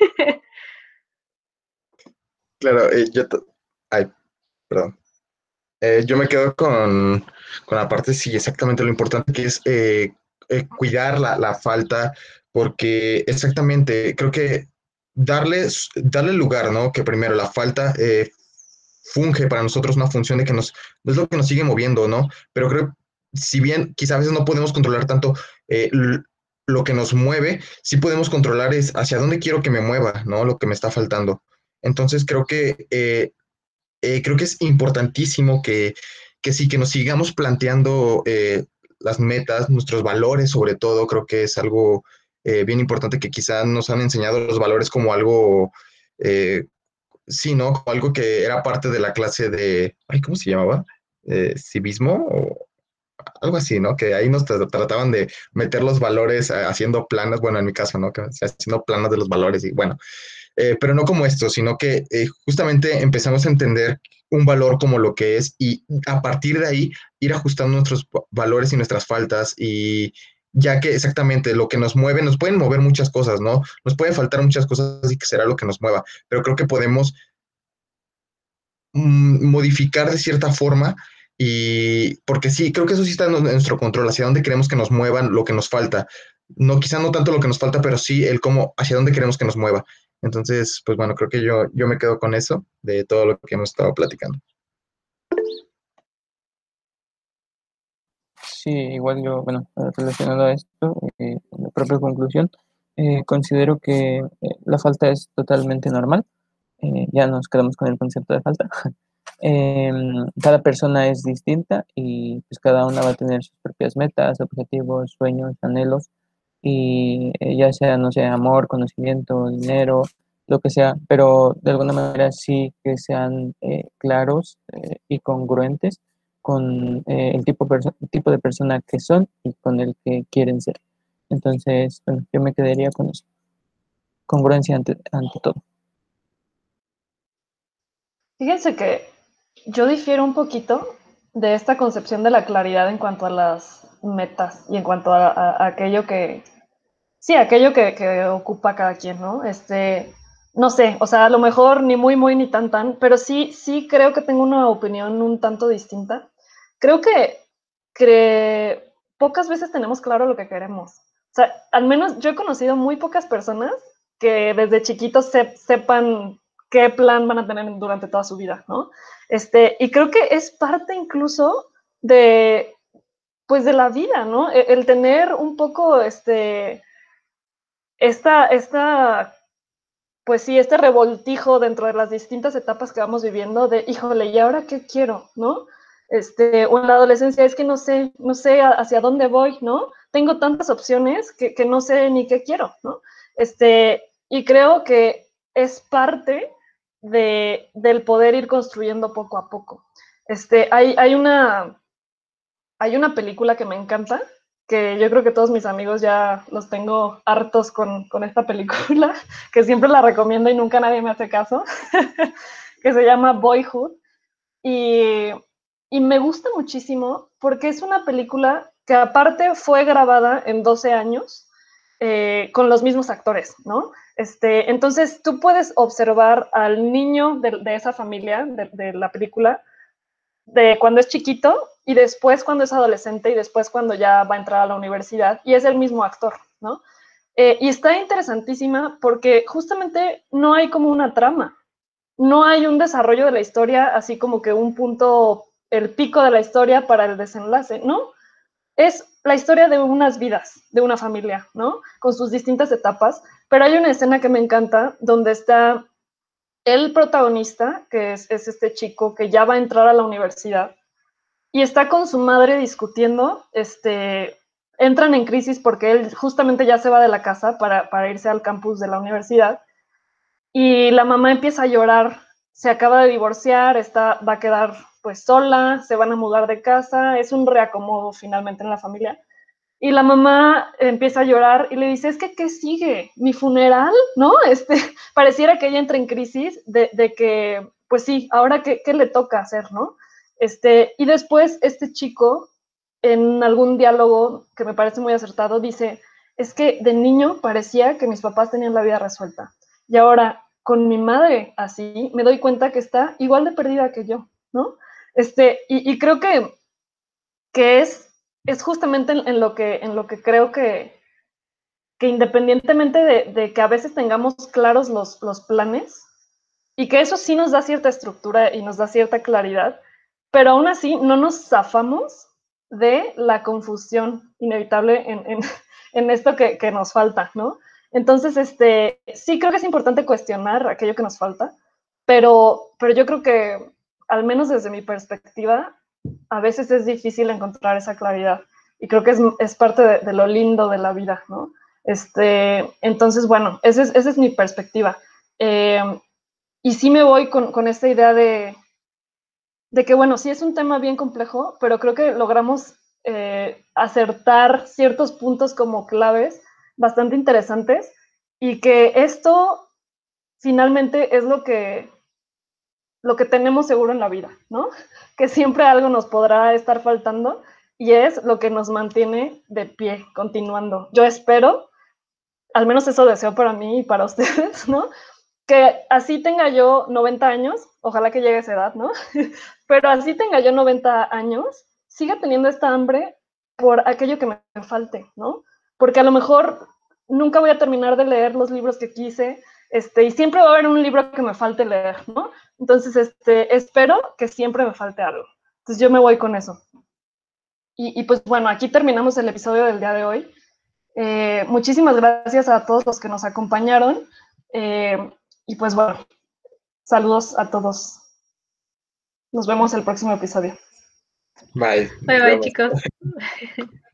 Claro, eh, yo, t- ay, perdón. Eh, yo me quedo con, con la parte, sí, exactamente lo importante que es eh, eh, cuidar la, la falta, porque exactamente, creo que darle, darle lugar, ¿no? Que primero la falta eh, funge para nosotros una función de que nos, es lo que nos sigue moviendo, ¿no? Pero creo, si bien quizá a veces no podemos controlar tanto eh, l- lo que nos mueve, sí podemos controlar es hacia dónde quiero que me mueva, ¿no? Lo que me está faltando. Entonces creo que eh, eh, creo que es importantísimo que, que sí, que nos sigamos planteando eh, las metas, nuestros valores sobre todo, creo que es algo eh, bien importante que quizá nos han enseñado los valores como algo, eh, sí, ¿no? Como algo que era parte de la clase de, ay, ¿cómo se llamaba? Eh, civismo o algo así, ¿no? Que ahí nos tra- trataban de meter los valores eh, haciendo planos, bueno, en mi caso, ¿no? Que, o sea, haciendo planos de los valores y bueno, eh, pero no como esto, sino que eh, justamente empezamos a entender un valor como lo que es y a partir de ahí ir ajustando nuestros valores y nuestras faltas y ya que exactamente lo que nos mueve, nos pueden mover muchas cosas, ¿no? Nos pueden faltar muchas cosas y que será lo que nos mueva, pero creo que podemos mm, modificar de cierta forma y porque sí, creo que eso sí está en nuestro control, hacia dónde queremos que nos muevan lo que nos falta. No, quizá no tanto lo que nos falta, pero sí el cómo, hacia dónde queremos que nos mueva. Entonces, pues bueno, creo que yo, yo me quedo con eso de todo lo que hemos estado platicando. Sí, igual yo, bueno, eh, relacionado a esto, eh, en la propia conclusión, eh, considero que eh, la falta es totalmente normal. Eh, ya nos quedamos con el concepto de falta. Em, cada persona es distinta y pues cada una va a tener sus propias metas, objetivos, sueños, anhelos y eh, ya sea, no sé, amor, conocimiento, dinero, lo que sea, pero de alguna manera sí que sean eh, claros eh, y congruentes con eh, el tipo, perso- tipo de persona que son y con el que quieren ser. Entonces, bueno, yo me quedaría con eso, congruencia ante, ante todo. Fíjense que yo difiero un poquito de esta concepción de la claridad en cuanto a las metas y en cuanto a, a- a aquello que, sí, aquello que, que ocupa cada quien, ¿no? Este, no sé, o sea, a lo mejor ni muy, muy, ni tan, tan, pero sí, sí creo que tengo una opinión un tanto distinta. Creo que, que pocas veces tenemos claro lo que queremos. O sea, al menos yo he conocido muy pocas personas que desde chiquitos se, sepan qué plan van a tener durante toda su vida, ¿no? Este, y creo que es parte incluso de, pues, de la vida, ¿no? El, el tener un poco, este, esta, esta, pues sí, este revoltijo dentro de las distintas etapas que vamos viviendo de, híjole, ¿y ahora qué quiero, no? Este, o en la adolescencia es que no sé, no sé hacia dónde voy, ¿no? Tengo tantas opciones que, que no sé ni qué quiero, ¿no? Este, y creo que es parte de, del poder ir construyendo poco a poco. Este, hay, hay, una, hay una película que me encanta, que yo creo que todos mis amigos ya los tengo hartos con, con esta película, que siempre la recomiendo y nunca nadie me hace caso, que se llama Boyhood. Y, y me gusta muchísimo porque es una película que aparte fue grabada en doce años eh, con los mismos actores, ¿no? Este, entonces tú puedes observar al niño de, de esa familia, de, de la película, de cuando es chiquito y después cuando es adolescente y después cuando ya va a entrar a la universidad y es el mismo actor, ¿no? Eh, y está interesantísima porque justamente no hay como una trama, no hay un desarrollo de la historia, así como que un punto, el pico de la historia para el desenlace, ¿no? Es la historia de unas vidas, de una familia, ¿no? Con sus distintas etapas, pero hay una escena que me encanta donde está el protagonista, que es, es este chico que ya va a entrar a la universidad, y está con su madre discutiendo, este, entran en crisis porque él justamente ya se va de la casa para, para irse al campus de la universidad, y la mamá empieza a llorar, se acaba de divorciar, está, va a quedar pues sola, se van a mudar de casa, es un reacomodo finalmente en la familia. Y la mamá empieza a llorar y le dice, es que, ¿qué sigue? ¿Mi funeral? ¿No? Este, pareciera que ella entra en crisis de, de que, pues sí, ahora qué, qué le toca hacer, ¿no? Este, y después este chico, en algún diálogo que me parece muy acertado, dice, es que de niño parecía que mis papás tenían la vida resuelta. Y ahora, con mi madre así, me doy cuenta que está igual de perdida que yo, ¿no? Este, y, y creo que, que es, es justamente en, en, lo que, en lo que creo que, que independientemente de, de que a veces tengamos claros los, los planes, y que eso sí nos da cierta estructura y nos da cierta claridad, pero aún así no nos zafamos de la confusión inevitable en, en, en esto que, que nos falta, ¿no? Entonces, este, sí creo que es importante cuestionar aquello que nos falta, pero, pero yo creo que, al menos desde mi perspectiva, a veces es difícil encontrar esa claridad. Y creo que es, es parte de, de, lo lindo de la vida, ¿no? Este, entonces, bueno, esa es, esa es mi perspectiva. Eh, y sí me voy con, con esta idea de, de que, bueno, sí es un tema bien complejo, pero creo que logramos eh, acertar ciertos puntos como claves bastante interesantes y que esto finalmente es lo que, lo que tenemos seguro en la vida, ¿no? Que siempre algo nos podrá estar faltando y es lo que nos mantiene de pie, continuando. Yo espero, al menos eso deseo para mí y para ustedes, ¿no? Que así tenga yo noventa años, ojalá que llegue a esa edad, ¿no? Pero así tenga yo noventa años, siga teniendo esta hambre por aquello que me falte, ¿no? Porque a lo mejor nunca voy a terminar de leer los libros que quise, este, y siempre va a haber un libro que me falte leer, ¿no? Entonces, este, espero que siempre me falte algo. Entonces yo me voy con eso. Y, y pues bueno, aquí terminamos el episodio del día de hoy. Eh, muchísimas gracias a todos los que nos acompañaron. Eh, y pues bueno, saludos a todos. Nos vemos el próximo episodio. Bye. Bye, bye, chicos.